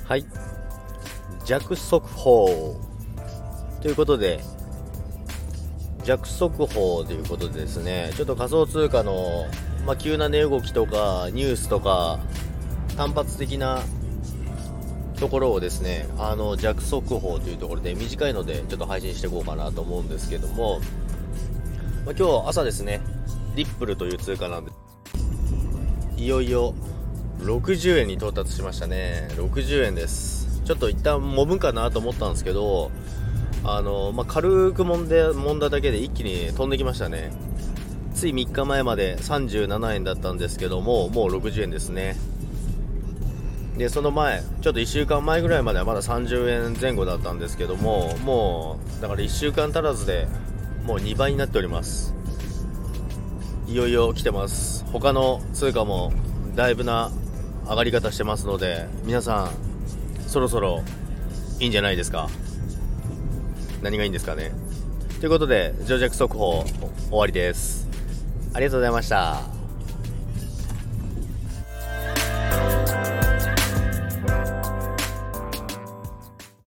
はい、弱速報ということで、弱速報ということでですね、ちょっと仮想通貨の、急な値動きとかニュースとか単発的なところをですね、弱速報というところで短いのでちょっと配信していこうかなと思うんですけども、今日朝ですね、リップルという通貨なんで、いよいよ60円に到達しましたね。60円です。ちょっと一旦揉むかなと思ったんですけど、軽く揉んだだけで一気に飛んできましたね。つい3日前まで37円だったんですけども、もう60円ですね。でその前ちょっと1週間前ぐらいまではまだ30円前後だったんですけども、もうだから1週間足らずでもう2倍になっております。いよいよ来てます。他の通貨もだいぶな上がり方してますので、皆さんそろそろいいんじゃないですか。何がいいんですかね。ということで、情弱速報終わりです。ありがとうございました。